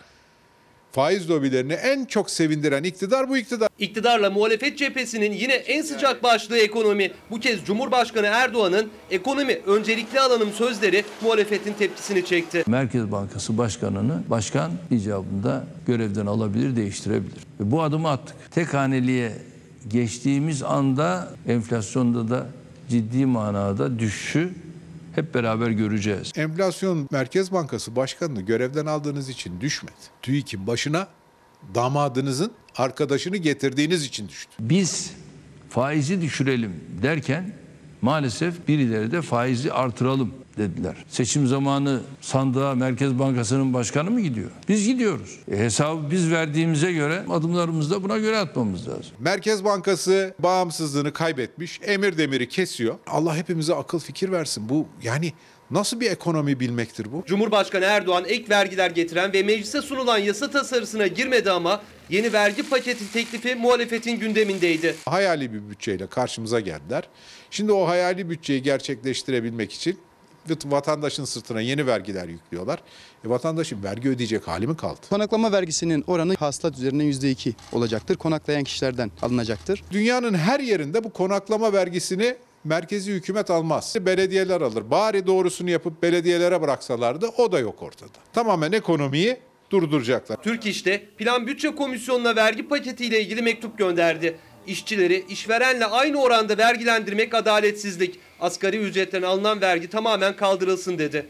S6: faiz lobilerini en çok sevindiren iktidar bu iktidar.
S8: İktidarla muhalefet cephesinin yine en sıcak başlığı ekonomi. Bu kez Cumhurbaşkanı Erdoğan'ın ekonomi öncelikli alanım sözleri muhalefetin tepkisini çekti.
S2: Merkez Bankası Başkanı'nı başkan icabında görevden alabilir, değiştirebilir. Ve bu adımı attık. Tek haneliğe geçtiğimiz anda enflasyonda da ciddi manada düşüşü hep beraber göreceğiz.
S6: Enflasyon Merkez Bankası Başkanı'nı görevden aldığınız için düşmedi. TÜİK'in başına damadınızın arkadaşını getirdiğiniz için düştü.
S2: Biz faizi düşürelim derken maalesef birileri de faizi artıralım dediler. Seçim zamanı sandığa Merkez Bankası'nın başkanı mı gidiyor? Biz gidiyoruz. E hesabı biz verdiğimize göre adımlarımızı da buna göre atmamız lazım.
S6: Merkez Bankası bağımsızlığını kaybetmiş, emir demiri kesiyor. Allah hepimize akıl fikir versin. Bu yani nasıl bir ekonomi bilmektir bu?
S8: Cumhurbaşkanı Erdoğan ek vergiler getiren ve meclise sunulan yasa tasarısına girmedi ama yeni vergi paketi teklifi muhalefetin gündemindeydi.
S6: Hayali bir bütçeyle karşımıza geldiler. Şimdi o hayali bütçeyi gerçekleştirebilmek için vatandaşın sırtına yeni vergiler yüklüyorlar. E, vatandaşın vergi ödeyecek hali mi kaldı?
S17: Konaklama vergisinin oranı hasılat üzerinden yüzde iki olacaktır. Konaklayan kişilerden alınacaktır.
S6: Dünyanın her yerinde bu konaklama vergisini merkezi hükümet almaz. Belediyeler alır. Bari doğrusunu yapıp belediyelere bıraksalardı o da yok ortada. Tamamen ekonomiyi durduracaklar.
S8: Türk İş'te Plan Bütçe Komisyonu'na vergi paketiyle ilgili mektup gönderdi. İşçileri işverenle aynı oranda vergilendirmek adaletsizlik. Asgari ücretten alınan vergi tamamen kaldırılsın dedi.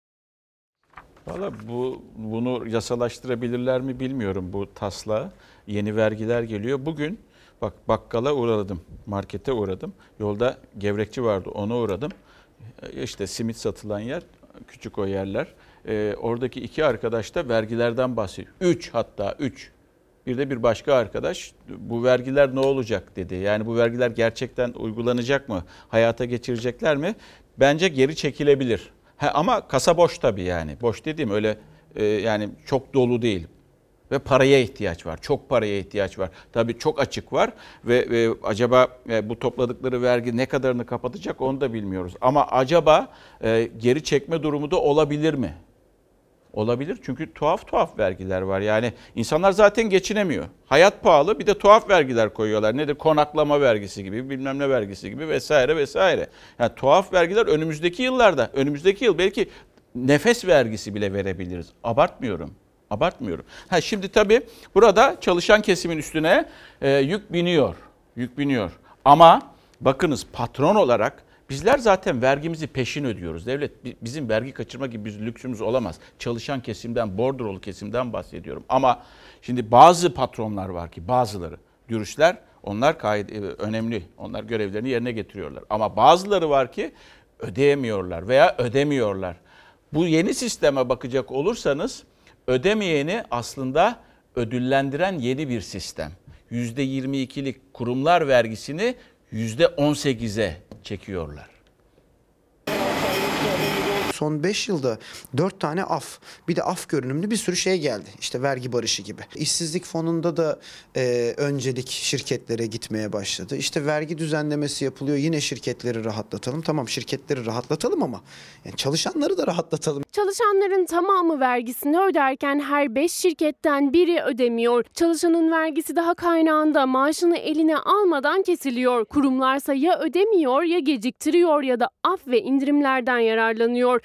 S1: Valla bu bunu yasalaştırabilirler mi bilmiyorum bu taslağı. Yeni vergiler geliyor. Bugün bak bakkala uğradım, markete uğradım. Yolda gevrekçi vardı, ona uğradım. İşte simit satılan yer, küçük o yerler. Ee, oradaki iki arkadaş da vergilerden bahsediyor. Üç hatta üç. Bir de bir başka arkadaş bu vergiler ne olacak dedi. Yani bu vergiler gerçekten uygulanacak mı? Hayata geçirecekler mi? Bence geri çekilebilir. Ha, ama kasa boş tabii yani. Boş dediğim öyle e, yani çok dolu değil. Ve paraya ihtiyaç var. Çok paraya ihtiyaç var. Tabii çok açık var ve, ve acaba e, bu topladıkları vergi ne kadarını kapatacak onu da bilmiyoruz. Ama acaba e, geri çekme durumu da olabilir mi? Olabilir çünkü tuhaf tuhaf vergiler var. Yani insanlar zaten geçinemiyor. Hayat pahalı bir de tuhaf vergiler koyuyorlar. Nedir? Konaklama vergisi gibi, bilmem ne vergisi gibi vesaire vesaire. Yani tuhaf vergiler önümüzdeki yıllarda, önümüzdeki yıl belki nefes vergisi bile verebiliriz. Abartmıyorum. Abartmıyorum. Ha şimdi tabii burada çalışan kesimin üstüne e, yük biniyor. Yük biniyor. Ama bakınız patron olarak bizler zaten vergimizi peşin ödüyoruz. Devlet bizim vergi kaçırma gibi bir lüksümüz olamaz. Çalışan kesimden, bordrolu kesimden bahsediyorum. Ama şimdi bazı patronlar var ki bazıları dürüstler, onlar kayıt, önemli. Onlar görevlerini yerine getiriyorlar. Ama bazıları var ki ödeyemiyorlar veya ödemiyorlar. Bu yeni sisteme bakacak olursanız ödemeyeni aslında ödüllendiren yeni bir sistem. yüzde yirmi ikilik kurumlar vergisini yüzde on sekize çekiyorlar.
S18: Son beş yılda dört tane af, bir de af görünümlü bir sürü şey geldi. İşte vergi barışı gibi. İşsizlik fonunda da e, öncelik şirketlere gitmeye başladı. İşte vergi düzenlemesi yapılıyor. Yine şirketleri rahatlatalım. Tamam şirketleri rahatlatalım ama yani çalışanları da rahatlatalım.
S19: Çalışanların tamamı vergisini öderken her beş şirketten biri ödemiyor. Çalışanın vergisi daha kaynağında maaşını eline almadan kesiliyor. Kurumlarsa ya ödemiyor ya geciktiriyor ya da af ve indirimlerden yararlanıyor.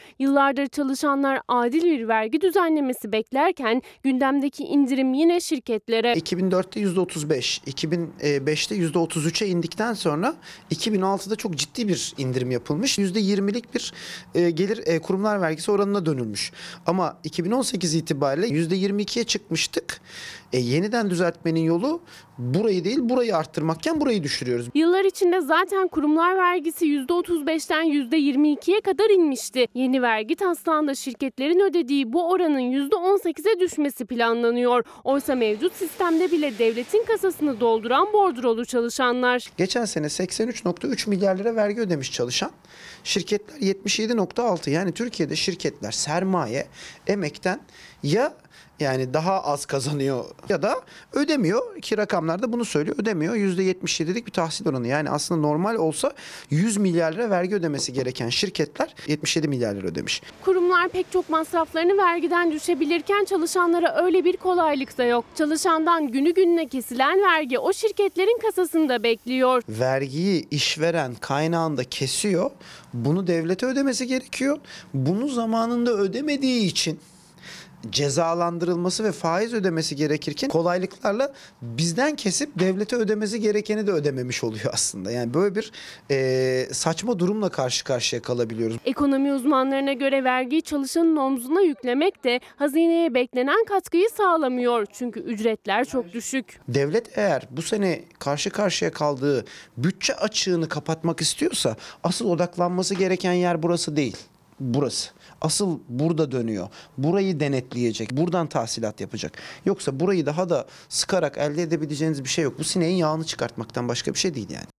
S19: Yıllardır çalışanlar adil bir vergi düzenlemesi beklerken gündemdeki indirim yine şirketlere.
S18: iki bin dörtte yüzde otuz beş, iki bin beşte yüzde otuz üçe indikten sonra iki bin altıda çok ciddi bir indirim yapılmış. yüzde yirmilik bir gelir kurumlar vergisi oranına dönülmüş. Ama iki bin on sekiz itibariyle yüzde yirmi ikiye çıkmıştık. E, yeniden düzeltmenin yolu burayı değil burayı arttırmakken burayı düşürüyoruz.
S19: Yıllar içinde zaten kurumlar vergisi yüzde otuz beşten yüzde yirmi ikiye kadar inmişti. Yeni vergi taslağında şirketlerin ödediği bu oranın yüzde on sekize düşmesi planlanıyor. Oysa mevcut sistemde bile devletin kasasını dolduran bordrolu çalışanlar.
S18: Geçen sene seksen üç nokta üç milyar lira vergi ödemiş çalışan. Şirketler yetmiş yedi nokta altı, yani Türkiye'de şirketler sermaye, emekten ya yani daha az kazanıyor ya da ödemiyor ki rakamlar da bunu söylüyor, ödemiyor. yüzde yetmiş yedilik bir tahsil oranı, yani aslında normal olsa yüz milyar lira vergi ödemesi gereken şirketler yetmiş yedi milyar lira ödemiş.
S19: Kurumlar pek çok masraflarını vergiden düşebilirken çalışanlara öyle bir kolaylık da yok. Çalışandan günü gününe kesilen vergi o şirketlerin kasasında bekliyor.
S18: Vergiyi işveren kaynağında kesiyor, bunu devlete ödemesi gerekiyor. Bunu zamanında ödemediği için cezalandırılması ve faiz ödemesi gerekirken kolaylıklarla bizden kesip devlete ödemesi gerekeni de ödememiş oluyor aslında. Yani böyle bir e, saçma durumla karşı karşıya kalabiliyoruz.
S19: Ekonomi uzmanlarına göre vergiyi çalışanın omzuna yüklemek de hazineye beklenen katkıyı sağlamıyor. Çünkü ücretler çok düşük.
S18: Devlet eğer bu sene karşı karşıya kaldığı bütçe açığını kapatmak istiyorsa asıl odaklanması gereken yer burası değil. Burası. Asıl burada dönüyor. Burayı denetleyecek. Buradan tahsilat yapacak. Yoksa burayı daha da sıkarak elde edebileceğiniz bir şey yok. Bu sineğin yağını çıkartmaktan başka bir şey değil yani.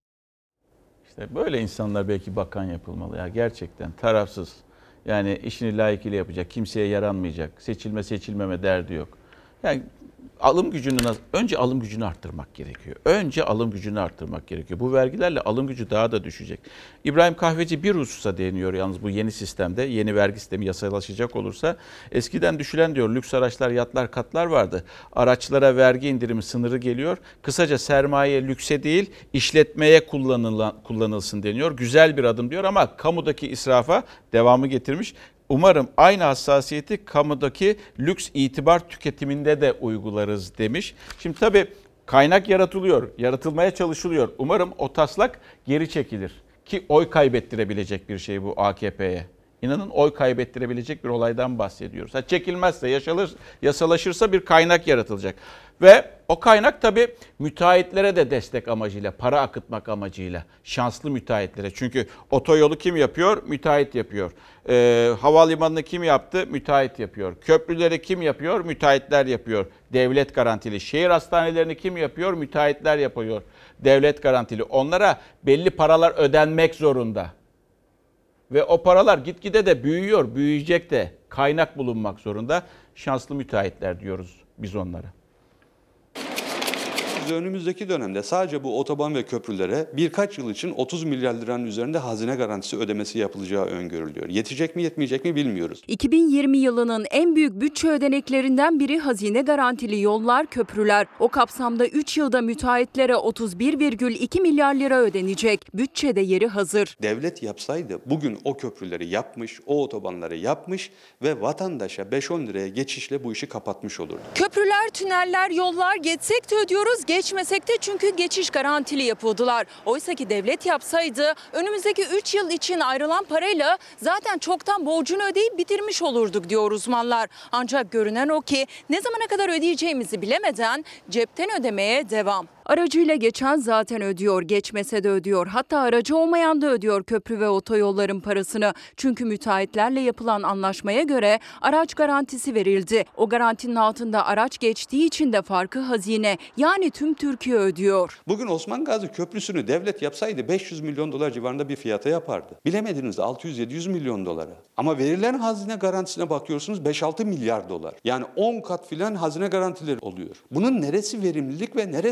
S1: İşte böyle insanlar belki bakan yapılmalı ya, gerçekten tarafsız. Yani işini layıkıyla yapacak, kimseye yaranmayacak, seçilme seçilmeme derdi yok. Yani alım gücünü, önce alım gücünü arttırmak gerekiyor. Önce alım gücünü arttırmak gerekiyor. Bu vergilerle alım gücü daha da düşecek. İbrahim Kahveci bir hususa değiniyor yalnız bu yeni sistemde, yeni vergi sistemi yasalaşacak olursa. Eskiden düşülen diyor lüks araçlar, yatlar, katlar vardı. Araçlara vergi indirimi sınırı geliyor. Kısaca sermaye lükse değil işletmeye kullanılsın deniyor. Güzel bir adım diyor ama kamudaki israfa devamı getirmiş. Umarım aynı hassasiyeti kamudaki lüks itibar tüketiminde de uygularız demiş. Şimdi tabii kaynak yaratılıyor, yaratılmaya çalışılıyor. Umarım o taslak geri çekilir ki oy kaybettirebilecek bir şey bu A K P'ye. İnanın oy kaybettirebilecek bir olaydan bahsediyoruz. Ha, çekilmezse, yaşalır, yasalaşırsa bir kaynak yaratılacak. Ve o kaynak tabii müteahhitlere de destek amacıyla, para akıtmak amacıyla, şanslı müteahhitlere. Çünkü otoyolu kim yapıyor? Müteahhit yapıyor. Ee, havalimanını kim yaptı? Müteahhit yapıyor. Köprüleri kim yapıyor? Müteahhitler yapıyor. Devlet garantili. Şehir hastanelerini kim yapıyor? Müteahhitler yapıyor. Devlet garantili. Onlara belli paralar ödenmek zorunda. Ve o paralar gitgide de büyüyor, büyüyecek de, kaynak bulunmak zorunda. Şanslı müteahhitler diyoruz biz onlara.
S20: Önümüzdeki dönemde sadece bu otoban ve köprülere birkaç yıl için otuz milyar liranın üzerinde hazine garantisi ödemesi yapılacağı öngörülüyor. Yetecek mi yetmeyecek mi bilmiyoruz.
S21: iki bin yirmi yılının en büyük bütçe ödeneklerinden biri hazine garantili yollar, köprüler. O kapsamda üç yılda müteahhitlere otuz bir virgül iki milyar lira ödenecek. Bütçede yeri hazır.
S20: Devlet yapsaydı bugün o köprüleri yapmış, o otobanları yapmış ve vatandaşa beş on liraya geçişle bu işi kapatmış olurdu.
S21: Köprüler, tüneller, yollar geçsek de ödüyoruz, geçmesek de çünkü geçiş garantili yapıldılar. Oysa ki devlet yapsaydı önümüzdeki üç yıl için ayrılan parayla zaten çoktan borcunu ödeyip bitirmiş olurduk diyor uzmanlar. Ancak görünen o ki ne zamana kadar ödeyeceğimizi bilemeden cepten ödemeye devam. Aracıyla geçen zaten ödüyor, geçmese de ödüyor. Hatta aracı olmayan da ödüyor köprü ve otoyolların parasını. Çünkü müteahhitlerle yapılan anlaşmaya göre araç garantisi verildi. O garantinin altında araç geçtiği için de farkı hazine, yani tüm Türkiye ödüyor.
S20: Bugün Osman Gazi Köprüsü'nü devlet yapsaydı beş yüz milyon dolar civarında bir fiyata yapardı. Bilemediniz altı yüz yedi yüz milyon dolara. Ama verilen hazine garantisine bakıyorsunuz beş altı milyar dolar. Yani on kat filan hazine garantileri oluyor. Bunun neresi verimlilik ve neresi kamu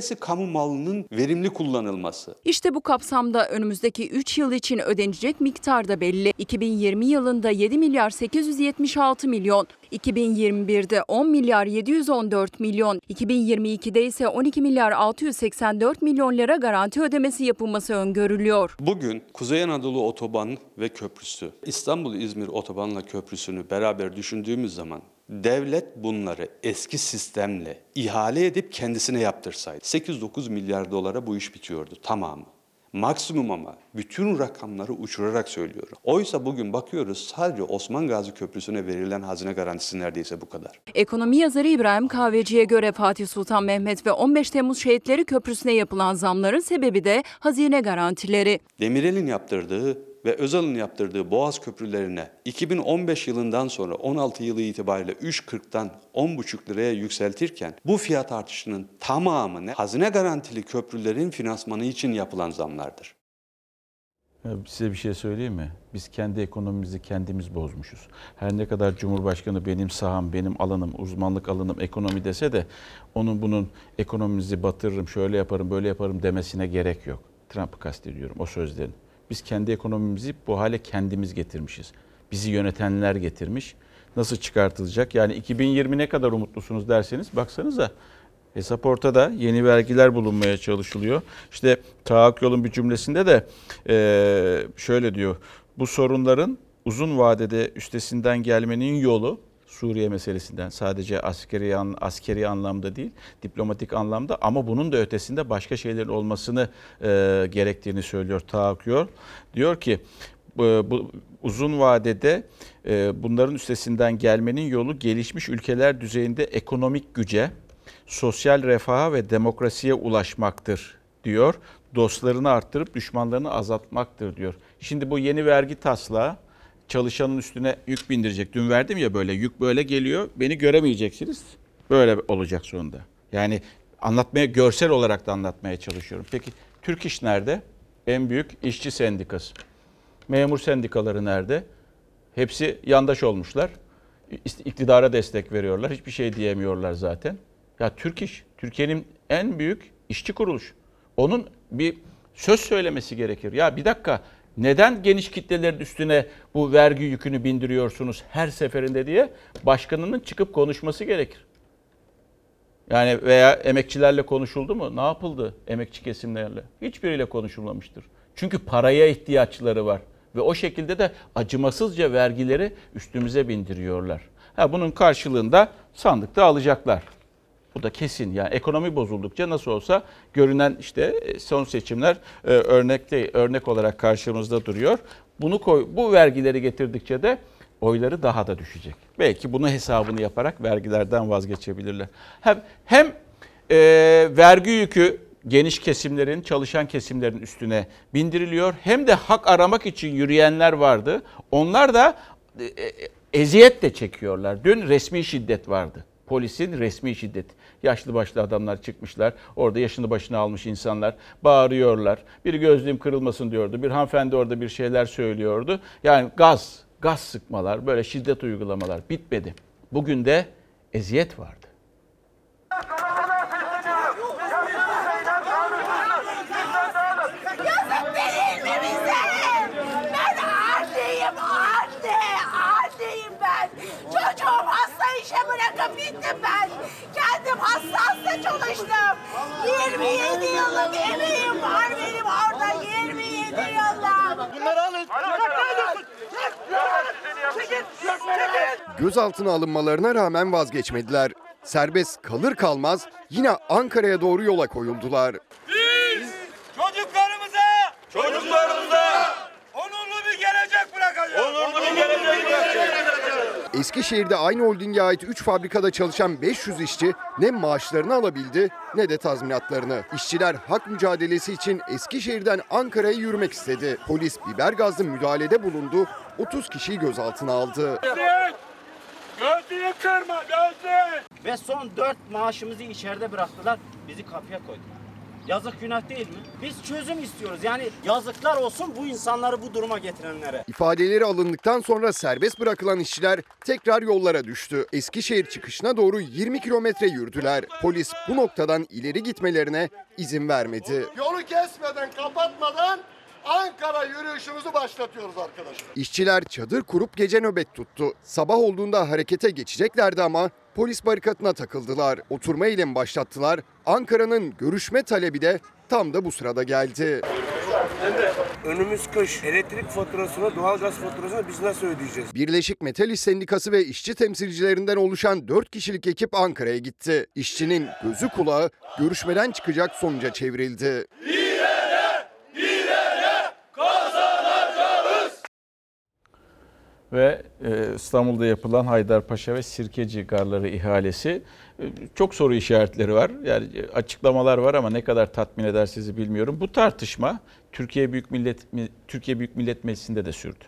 S20: kamu malının verimli kullanılması.
S21: İşte bu kapsamda önümüzdeki üç yıl için ödenecek miktar da belli. iki bin yirmi yılında yedi milyar sekiz yüz yetmiş altı milyon, iki bin yirmi birde on milyar yedi yüz on dört milyon, iki bin yirmi ikide ise on iki milyar altı yüz seksen dört milyon lira garanti ödemesi yapılması öngörülüyor.
S20: Bugün Kuzey Anadolu Otobanı ve Köprüsü, İstanbul-İzmir Otobanı'la köprüsünü beraber düşündüğümüz zaman devlet bunları eski sistemle ihale edip kendisine yaptırsaydı sekiz dokuz milyar dolara bu iş bitiyordu tamamı. Maksimum ama bütün rakamları uçurarak söylüyorum. Oysa bugün bakıyoruz sadece Osman Gazi Köprüsü'ne verilen hazine garantisi neredeyse bu kadar.
S21: Ekonomi yazarı İbrahim Kahveci'ye göre Fatih Sultan Mehmet ve on beş Temmuz Şehitleri Köprüsü'ne yapılan zamların sebebi de hazine garantileri.
S20: Demirel'in yaptırdığı ve Özal'ın yaptırdığı Boğaz köprülerine iki bin on beş yılından sonra on altı yılı itibariyle üç kırktan on buçuk liraya yükseltirken bu fiyat artışının tamamı hazine garantili köprülerin finansmanı için yapılan zamlardır.
S1: Size bir şey söyleyeyim mi? Biz kendi ekonomimizi kendimiz bozmuşuz. Her ne kadar Cumhurbaşkanı benim saham, benim alanım, uzmanlık alanım ekonomi dese de onun bunun ekonomimizi batırırım, şöyle yaparım, böyle yaparım demesine gerek yok. Trump'ı kastediyorum o sözlerin. Biz kendi ekonomimizi bu hale kendimiz getirmişiz. Bizi yönetenler getirmiş. Nasıl çıkartılacak? Yani iki bin yirmi ne kadar umutlusunuz derseniz baksanıza. Hesap ortada, yeni vergiler bulunmaya çalışılıyor. İşte Taha Akyol'un bir cümlesinde de şöyle diyor. Bu sorunların uzun vadede üstesinden gelmenin yolu Suriye meselesinden sadece askeri askeri anlamda değil, diplomatik anlamda ama bunun da ötesinde başka şeylerin olmasını e, gerektiğini söylüyor Taha Akyol. Diyor ki bu, bu uzun vadede e, bunların üstesinden gelmenin yolu gelişmiş ülkeler düzeyinde ekonomik güce, sosyal refaha ve demokrasiye ulaşmaktır diyor. Dostlarını arttırıp düşmanlarını azaltmaktır diyor. Şimdi bu yeni vergi taslağı çalışanın üstüne yük bindirecek. Dün verdim ya böyle yük böyle geliyor. Beni göremeyeceksiniz. Böyle olacak sonunda. Yani anlatmaya, görsel olarak da anlatmaya çalışıyorum. Peki Türk İş nerede? En büyük işçi sendikası. Memur sendikaları nerede? Hepsi yandaş olmuşlar. İktidara destek veriyorlar. Hiçbir şey diyemiyorlar zaten. Ya Türk İş, Türkiye'nin en büyük işçi kuruluşu. Onun bir söz söylemesi gerekir. Ya bir dakika, neden geniş kitlelerin üstüne bu vergi yükünü bindiriyorsunuz her seferinde diye başkanının çıkıp konuşması gerekir. Yani veya emekçilerle konuşuldu mu? Ne yapıldı emekçi kesimlerle? Hiçbiriyle konuşulmamıştır. Çünkü paraya ihtiyaçları var ve o şekilde de acımasızca vergileri üstümüze bindiriyorlar. Ha, bunun karşılığında sandıkta alacaklar. Bu da kesin. Yani ekonomi bozuldukça nasıl olsa görünen işte son seçimler e, örnekte örnek olarak karşımızda duruyor. Bunu koy, bu vergileri getirdikçe de oyları daha da düşecek. Belki bunu hesabını yaparak vergilerden vazgeçebilirler. Hem hem e, vergi yükü geniş kesimlerin, çalışan kesimlerin üstüne bindiriliyor. Hem de hak aramak için yürüyenler vardı. Onlar da e, eziyet de çekiyorlar. Dün resmi şiddet vardı. Polisin resmi şiddeti. Yaşlı başlı adamlar çıkmışlar. Orada yaşını başına almış insanlar bağırıyorlar. Biri gözlüğüm kırılmasın diyordu. Bir hanımefendi orada bir şeyler söylüyordu. Yani gaz, gaz sıkmalar, böyle şiddet uygulamalar bitmedi. Bugün de eziyet vardı.
S5: Yazık değil mi bize? Ben anneyim, anne, anneyim ben. Çocuğum hasta, işe bırakıp gittim ben. Kendim hasta hasta çalıştım. yirmi yedi yıllık emeğim var benim orada, yirmi yedi yıllık. Bunları alın.
S22: Gözaltına alınmalarına rağmen vazgeçmediler. Serbest kalır kalmaz yine Ankara'ya doğru yola koyuldular.
S11: Biz çocuklarımıza, çocuklarımıza onurlu bir gelecek bırakacağız. Onurlu bir gelecek bırakacağız.
S22: Eskişehir'de aynı holdinge ait üç fabrikada çalışan beş yüz işçi ne maaşlarını alabildi ne de tazminatlarını. İşçiler hak mücadelesi için Eskişehir'den Ankara'ya yürümek istedi. Polis biber gazlı müdahalede bulundu, otuz kişiyi gözaltına aldı.
S11: Gözlüğü kırma, gözlüğü.
S23: Ve son dört maaşımızı içeride bıraktılar, bizi kapıya koydular.
S4: Yazık günah değil mi? Biz çözüm istiyoruz. Yani yazıklar olsun bu insanları bu duruma getirenlere.
S22: İfadeleri alındıktan sonra serbest bırakılan işçiler tekrar yollara düştü. Eskişehir çıkışına doğru yirmi kilometre yürüdüler. Polis bu noktadan ileri gitmelerine izin vermedi.
S7: Yolu kesmeden, kapatmadan Ankara yürüyüşümüzü başlatıyoruz arkadaşlar.
S22: İşçiler çadır kurup gece nöbet tuttu. Sabah olduğunda harekete geçeceklerdi ama polis barikatına takıldılar. Oturma eylemi başlattılar. Ankara'nın görüşme talebi de tam da bu sırada geldi.
S23: Önümüz kış. Elektrik faturasını, doğalgaz faturasını biz nasıl ödeyeceğiz?
S22: Birleşik Metal İş Sendikası ve işçi temsilcilerinden oluşan dört kişilik ekip Ankara'ya gitti. İşçinin gözü kulağı görüşmeden çıkacak sonuca çevrildi.
S1: Ve e, İstanbul'da yapılan Haydarpaşa ve Sirkeci Garları ihalesi e, çok soru işaretleri var. Yani açıklamalar var ama ne kadar tatmin eder sizi bilmiyorum. Bu tartışma Türkiye Büyük Millet Türkiye Büyük Millet Meclisi'nde de sürdü.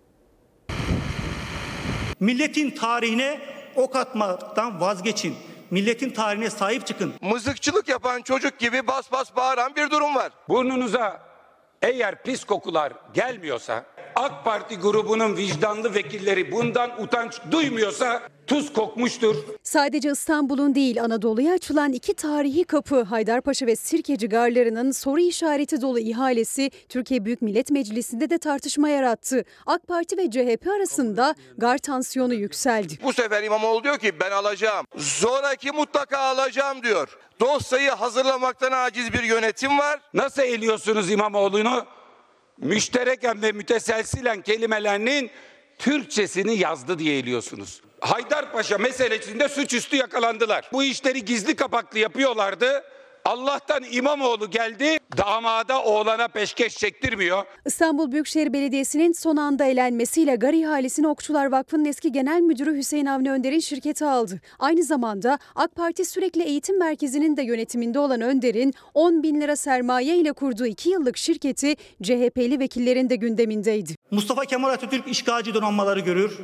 S24: Milletin tarihine ok atmaktan vazgeçin. Milletin tarihine sahip çıkın.
S11: Mızıkçılık yapan çocuk gibi bas bas bağıran bir durum var.
S25: Burnunuza eğer pis kokular gelmiyorsa, AK Parti grubunun vicdanlı vekilleri bundan utanç duymuyorsa tuz kokmuştur.
S26: Sadece İstanbul'un değil Anadolu'ya açılan iki tarihi kapı Haydarpaşa ve Sirkeci Garları'nın soru işareti dolu ihalesi Türkiye Büyük Millet Meclisi'nde de tartışma yarattı. AK Parti ve C H P arasında gar tansiyonu yükseldi.
S11: Bu sefer İmamoğlu diyor ki ben alacağım. Sonraki mutlaka alacağım diyor. Dosyayı hazırlamaktan aciz bir yönetim var.
S25: Nasıl eliyorsunuz İmamoğlu'nu? Müştereken ve müteselsilen kelimelerinin Türkçesini yazdı diye eliyorsunuz. Haydarpaşa meselesinde suçüstü yakalandılar. Bu işleri gizli kapaklı yapıyorlardı. Allah'tan İmamoğlu geldi, damada oğlana peşkeş çektirmiyor.
S26: İstanbul Büyükşehir Belediyesi'nin son anda elenmesiyle gar ihalesini Okçular Vakfı'nın eski genel müdürü Hüseyin Avni Önder'in şirketi aldı. Aynı zamanda AK Parti Sürekli Eğitim Merkezi'nin de yönetiminde olan Önder'in on bin lira sermaye ile kurduğu iki yıllık şirketi C H P'li vekillerin de gündemindeydi.
S24: Mustafa Kemal Atatürk işgalci donanmaları görür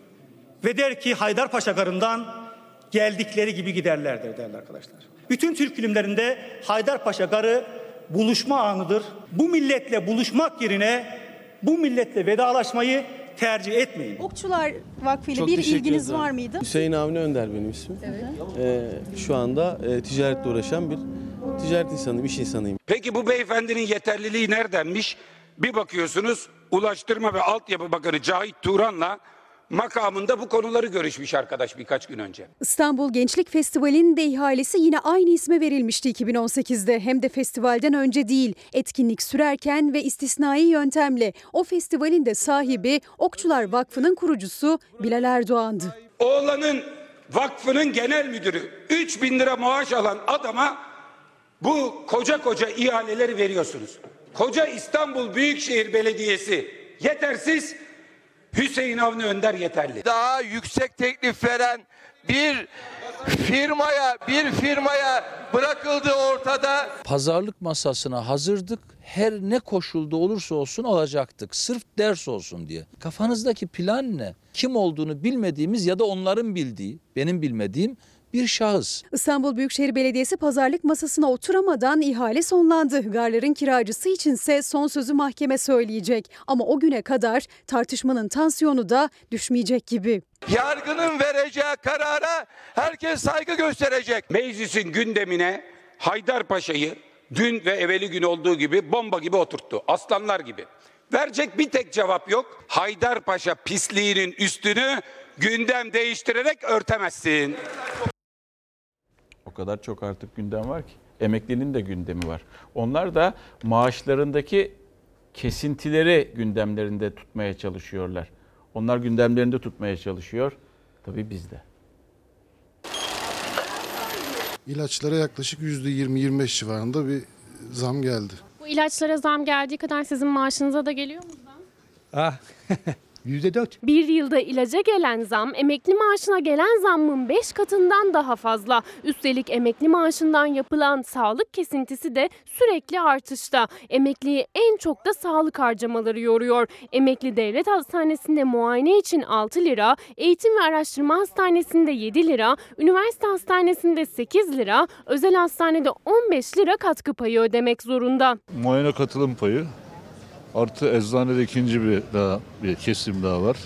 S24: ve der ki Haydarpaşa Garı'ndan geldikleri gibi giderlerdir değerli arkadaşlar. Bütün Türk filmlerinde Haydarpaşa Garı buluşma anıdır. Bu milletle buluşmak yerine bu milletle vedalaşmayı tercih etmeyin.
S26: Okçular Vakfı ile
S27: Çok
S26: bir
S27: teşekkür
S26: ilginiz
S27: ederim.
S26: var mıydı?
S27: Hüseyin Avni Önder benim ismim.
S26: Evet.
S27: Ee, şu anda e, ticaretle uğraşan bir ticaret insanıyım, iş insanıyım.
S25: Peki bu beyefendinin yeterliliği neredenmiş? Bir bakıyorsunuz Ulaştırma ve Altyapı Bakanı Cahit Turan'la makamında bu konuları görüşmüş arkadaş birkaç gün önce.
S26: İstanbul Gençlik Festivali'nin de ihalesi yine aynı isme verilmişti iki bin on sekizde. Hem de festivalden önce değil, etkinlik sürerken ve istisnai yöntemle. O festivalin de sahibi Okçular Vakfı'nın kurucusu Bilal Erdoğan'dı.
S25: Oğlanın vakfının genel müdürü üç bin lira maaş alan adama bu koca koca ihaleleri veriyorsunuz. Koca İstanbul Büyükşehir Belediyesi yetersiz, Hüseyin Avni Önder yeterli.
S11: Daha yüksek teklif veren bir firmaya, bir firmaya bırakıldığı ortada.
S28: Pazarlık masasına hazırdık. Her ne koşulda olursa olsun alacaktık. Sırf ders olsun diye. Kafanızdaki plan ne? Kim olduğunu bilmediğimiz ya da onların bildiği, benim bilmediğim bir şahıs.
S26: İstanbul Büyükşehir Belediyesi pazarlık masasına oturamadan ihale sonlandı. Garların kiracısı içinse son sözü mahkeme söyleyecek. Ama o güne kadar tartışmanın tansiyonu da düşmeyecek gibi.
S11: Yargının vereceği karara herkes saygı gösterecek.
S25: Meclisin gündemine Haydarpaşa'yı dün ve evveli gün olduğu gibi bomba gibi oturttu. Aslanlar gibi. Verecek bir tek cevap yok. Haydarpaşa pisliğinin üstünü gündem değiştirerek örtemezsin.
S1: O kadar çok artık gündem var ki. Emeklinin de gündemi var. Onlar da maaşlarındaki kesintileri gündemlerinde tutmaya çalışıyorlar. Onlar gündemlerinde tutmaya çalışıyor. Tabii biz de.
S29: İlaçlara yaklaşık yüzde yirmi yirmi beş civarında bir zam geldi.
S19: Bu ilaçlara zam geldiği kadar sizin maaşınıza da geliyor mu zam?
S30: Ah,
S2: yüzde dört.
S19: Bir yılda ilaca gelen zam, emekli maaşına gelen zammın beş katından daha fazla. Üstelik emekli maaşından yapılan sağlık kesintisi de sürekli artışta. Emekliyi en çok da sağlık harcamaları yoruyor. Emekli devlet hastanesinde muayene için altı lira, eğitim ve araştırma hastanesinde yedi lira, üniversite hastanesinde sekiz lira, özel hastanede on beş lira katkı payı ödemek zorunda.
S3: Muayene katılım payı artı eczanede ikinci bir daha bir kesim daha var.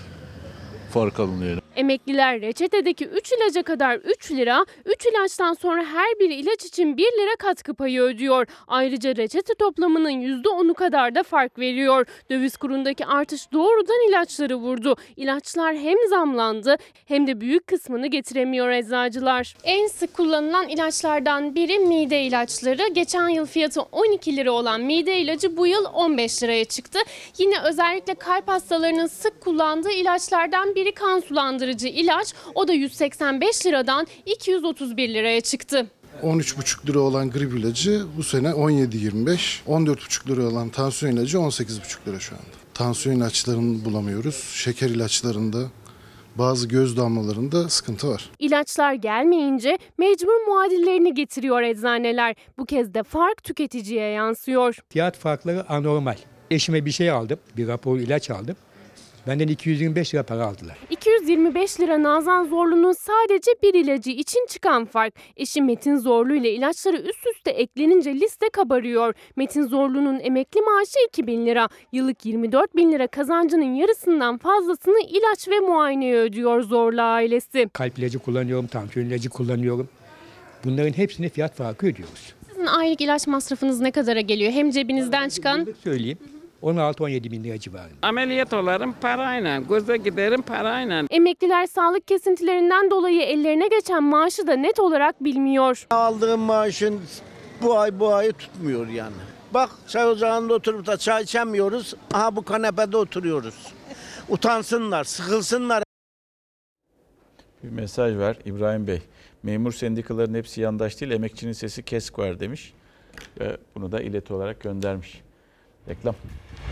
S3: Fark alınıyor.
S19: Emekliler reçetedeki üç ilaca kadar üç lira, üç ilaçtan sonra her bir ilaç için bir lira katkı payı ödüyor. Ayrıca reçete toplamının yüzde onu kadar da fark veriyor. Döviz kurundaki artış doğrudan ilaçları vurdu. İlaçlar hem zamlandı hem de büyük kısmını getiremiyor eczacılar. En sık kullanılan ilaçlardan biri mide ilaçları. Geçen yıl fiyatı on iki lira olan mide ilacı bu yıl on beş liraya çıktı. Yine özellikle kalp hastalarının sık kullandığı ilaçlardan biri kan sulandırıcı ilaç. O da yüz seksen beş liradan iki yüz otuz bir liraya çıktı.
S29: on üç buçuk lira olan grip ilacı bu sene on yedi yirmi beş. on dört buçuk lira olan tansiyon ilacı on sekiz buçuk lira şu anda. Tansiyon ilaçlarını bulamıyoruz. Şeker ilaçlarında, bazı göz damlalarında sıkıntı var.
S19: İlaçlar gelmeyince mecbur muadillerini getiriyor eczaneler. Bu kez de fark tüketiciye yansıyor.
S2: Fiyat farkları anormal. Eşime bir şey aldım, bir rapor ilaç aldım. Benden iki yüz yirmi beş lira para aldılar.
S19: iki yüz yirmi beş lira Nazan Zorlu'nun sadece bir ilacı için çıkan fark. Eşi Metin Zorlu ile ilaçları üst üste eklenince liste kabarıyor. Metin Zorlu'nun emekli maaşı iki bin lira. Yıllık yirmi dört bin lira kazancının yarısından fazlasını ilaç ve muayeneye ödüyor Zorlu ailesi.
S2: Kalp ilacı kullanıyorum, tansiyon ilacı kullanıyorum. Bunların hepsine fiyat farkı ödüyoruz.
S19: Sizin aylık ilaç masrafınız ne kadara geliyor? Hem cebinizden çıkan...
S2: Söyleyeyim. on altı on yedi bin lira civarında.
S9: Ameliyat olarım parayla, göze giderim parayla.
S19: Emekliler sağlık kesintilerinden dolayı ellerine geçen maaşı da net olarak bilmiyor.
S10: Aldığım maaşın bu ay bu ayı tutmuyor yani. Bak çay ocağında oturup da çay içemiyoruz. Aha bu kanepede oturuyoruz. Utansınlar, sıkılsınlar.
S1: Bir mesaj var İbrahim Bey. Memur sendikaların hepsi yandaş değil, emekçinin sesi KESK var demiş. Ve bunu da ileti olarak göndermiş. Reklam.